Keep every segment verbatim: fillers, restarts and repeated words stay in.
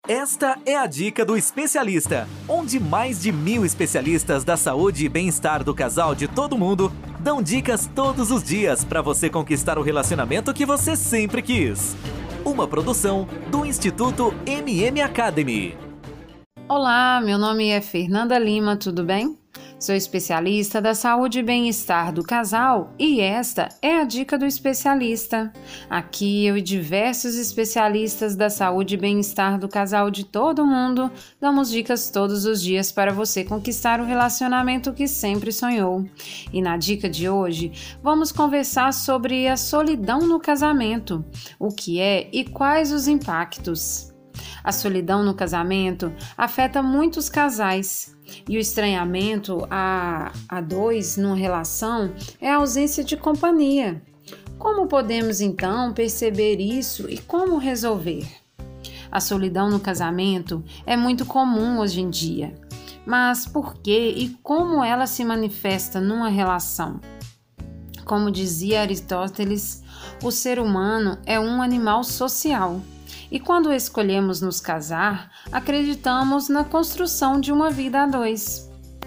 Esta é a dica do especialista, onde mais de mil especialistas da saúde e bem-estar do casal de todo mundo dão dicas todos os dias para você conquistar o relacionamento que você sempre quis. Uma produção do Instituto M M Academy. Olá, meu nome é Fernanda Lima, tudo bem? Sou especialista da saúde e bem-estar do casal e esta é a dica do especialista. Aqui eu e diversos especialistas da saúde e bem-estar do casal de todo mundo damos dicas todos os dias para você conquistar o relacionamento que sempre sonhou. E na dica de hoje vamos conversar sobre a solidão no casamento, o que é e quais os impactos. A solidão no casamento afeta muitos casais e o estranhamento a, a dois numa relação é a ausência de companhia. Como podemos então perceber isso e como resolver? A solidão no casamento é muito comum hoje em dia, mas por que e como ela se manifesta numa relação? Como dizia Aristóteles, o ser humano é um animal social. E quando escolhemos nos casar, acreditamos na construção de uma vida a dois.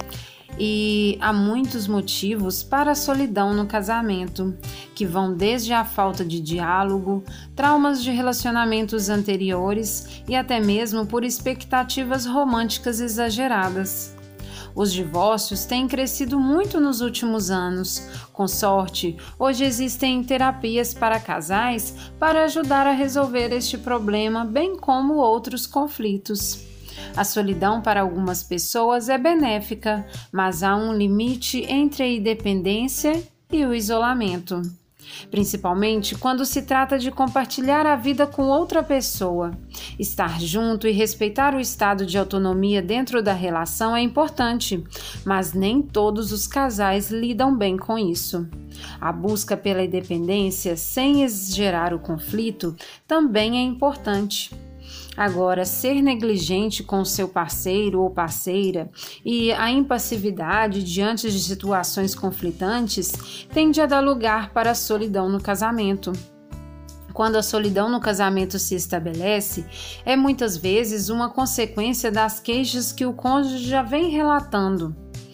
E há muitos motivos para a solidão no casamento, que vão desde a falta de diálogo, traumas de relacionamentos anteriores e até mesmo por expectativas românticas exageradas. Os divórcios têm crescido muito nos últimos anos. Com sorte, hoje existem terapias para casais para ajudar a resolver este problema, bem como outros conflitos. A solidão para algumas pessoas é benéfica, mas há um limite entre a independência e o isolamento. Principalmente quando se trata de compartilhar a vida com outra pessoa. Estar junto e respeitar o estado de autonomia dentro da relação é importante, mas nem todos os casais lidam bem com isso. A busca pela independência sem gerar o conflito também é importante. Agora, ser negligente com seu parceiro ou parceira e a impassividade diante de situações conflitantes tende a dar lugar para a solidão no casamento. Quando a solidão no casamento se estabelece, é muitas vezes uma consequência das queixas que o cônjuge já vem relatando.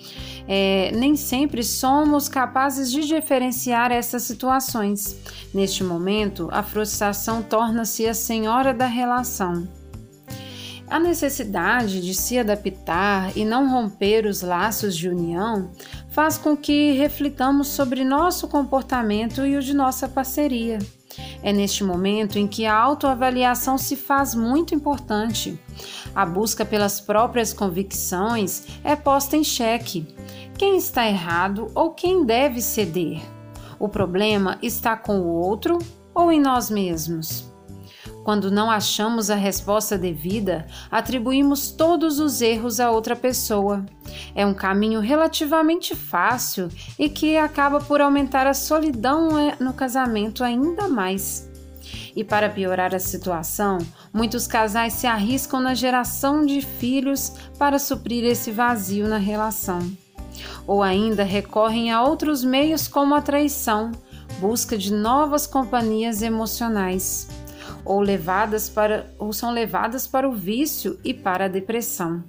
É, nem sempre somos capazes de diferenciar essas situações. Neste momento, a frustração torna-se a senhora da relação. A necessidade de se adaptar e não romper os laços de união faz com que reflitamos sobre nosso comportamento e o de nossa parceria. É neste momento em que a autoavaliação se faz muito importante. A busca pelas próprias convicções é posta em xeque. Quem está errado ou quem deve ceder? O problema está com o outro ou em nós mesmos? Quando não achamos a resposta devida, atribuímos todos os erros a outra pessoa. É um caminho relativamente fácil e que acaba por aumentar a solidão no casamento ainda mais. E para piorar a situação, muitos casais se arriscam na geração de filhos para suprir esse vazio na relação. Ou ainda recorrem a outros meios como a traição, busca de novas companhias emocionais. Ou, levadas para, ou são levadas para o vício e para a depressão.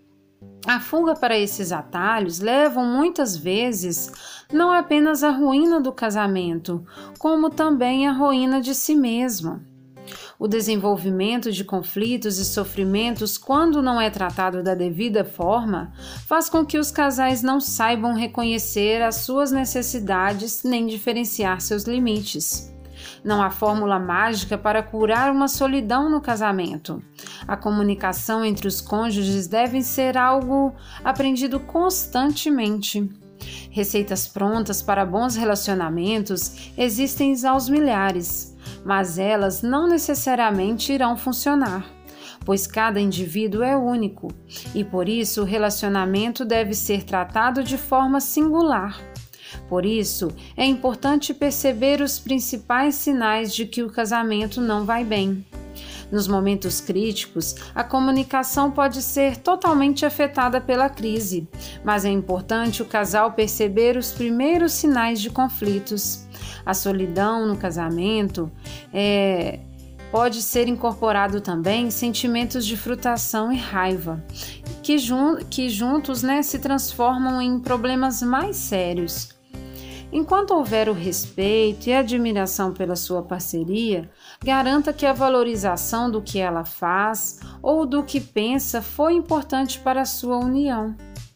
A fuga para esses atalhos levam muitas vezes não apenas à ruína do casamento, como também à ruína de si mesmo. O desenvolvimento de conflitos e sofrimentos, quando não é tratado da devida forma, faz com que os casais não saibam reconhecer as suas necessidades nem diferenciar seus limites. Não há fórmula mágica para curar uma solidão no casamento. A comunicação entre os cônjuges deve ser algo aprendido constantemente. Receitas prontas para bons relacionamentos existem aos milhares, mas elas não necessariamente irão funcionar, pois cada indivíduo é único e por isso o relacionamento deve ser tratado de forma singular. Por isso, é importante perceber os principais sinais de que o casamento não vai bem. Nos momentos críticos, a comunicação pode ser totalmente afetada pela crise, mas é importante o casal perceber os primeiros sinais de conflitos. A solidão no casamento é, Pode ser incorporado também sentimentos de frustração e raiva, que, jun que juntos, né, se transformam em problemas mais sérios. Enquanto houver o respeito e a admiração pela sua parceria, garanta que a valorização do que ela faz ou do que pensa foi importante para a sua união.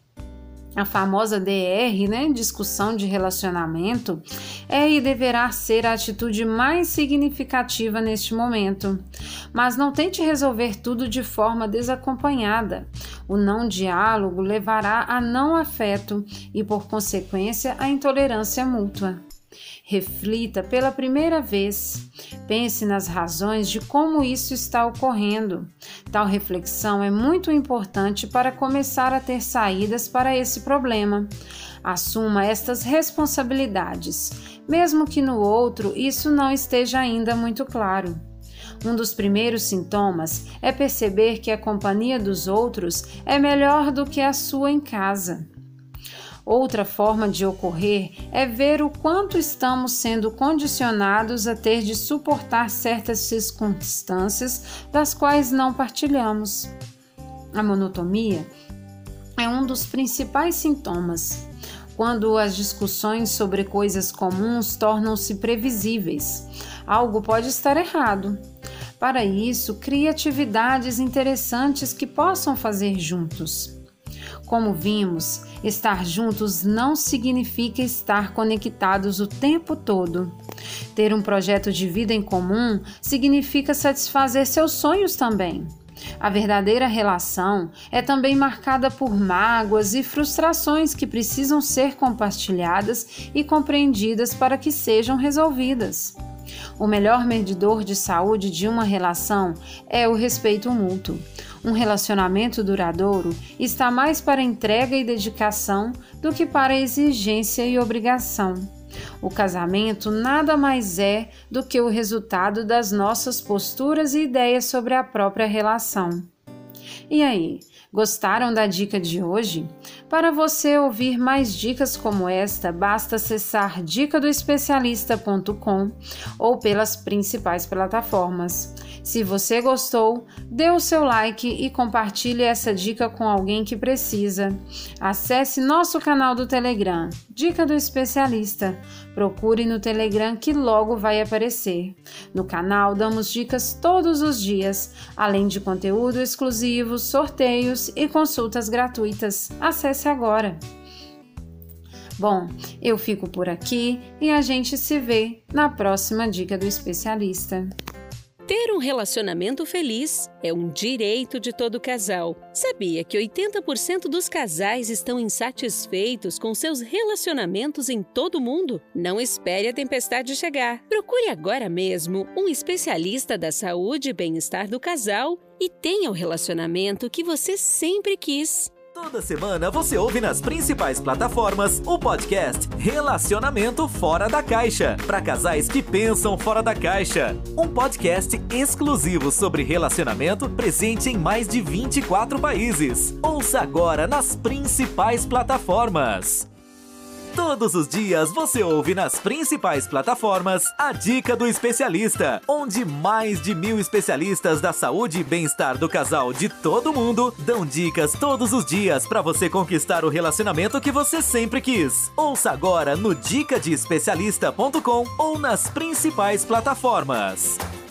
A famosa D R, né, discussão de relacionamento, é e deverá ser a atitude mais significativa neste momento. Mas não tente resolver tudo de forma desacompanhada. O não diálogo levará a não afeto e, por consequência, a intolerância mútua. Reflita pela primeira vez. Pense nas razões de como isso está ocorrendo. Tal reflexão é muito importante para começar a ter saídas para esse problema. Assuma estas responsabilidades, mesmo que no outro isso não esteja ainda muito claro. Um dos primeiros sintomas é perceber que a companhia dos outros é melhor do que a sua em casa. Outra forma de ocorrer é ver o quanto estamos sendo condicionados a ter de suportar certas circunstâncias das quais não partilhamos. A monotonia é um dos principais sintomas, quando as discussões sobre coisas comuns tornam-se previsíveis. Algo pode estar errado. Para isso, crie atividades interessantes que possam fazer juntos. Como vimos, estar juntos não significa estar conectados o tempo todo. Ter um projeto de vida em comum significa satisfazer seus sonhos também. A verdadeira relação é também marcada por mágoas e frustrações que precisam ser compartilhadas e compreendidas para que sejam resolvidas. O melhor medidor de saúde de uma relação é o respeito mútuo. Um relacionamento duradouro está mais para entrega e dedicação do que para exigência e obrigação. O casamento nada mais é do que o resultado das nossas posturas e ideias sobre a própria relação. E aí, gostaram da dica de hoje? Para você ouvir mais dicas como esta, basta acessar dica do especialista ponto com ou pelas principais plataformas. Se você gostou, dê o seu like e compartilhe essa dica com alguém que precisa. Acesse nosso canal do Telegram, Dica do Especialista. Procure no Telegram que logo vai aparecer. No canal damos dicas todos os dias, além de conteúdo exclusivo, sorteios e consultas gratuitas. Acesse agora! Bom, eu fico por aqui e a gente se vê na próxima Dica do Especialista. Ter um relacionamento feliz é um direito de todo casal. Sabia que oitenta por cento dos casais estão insatisfeitos com seus relacionamentos em todo o mundo? Não espere a tempestade chegar. Procure agora mesmo um especialista da saúde e bem-estar do casal e tenha o relacionamento que você sempre quis. Toda semana você ouve nas principais plataformas o podcast Relacionamento Fora da Caixa, para casais que pensam fora da caixa. Um podcast exclusivo sobre relacionamento presente em mais de vinte e quatro países. Ouça agora nas principais plataformas. Todos os dias você ouve nas principais plataformas a Dica do Especialista, onde mais de mil especialistas da saúde e bem-estar do casal de todo mundo dão dicas todos os dias para você conquistar o relacionamento que você sempre quis. Ouça agora no dica de especialista ponto com ou nas principais plataformas.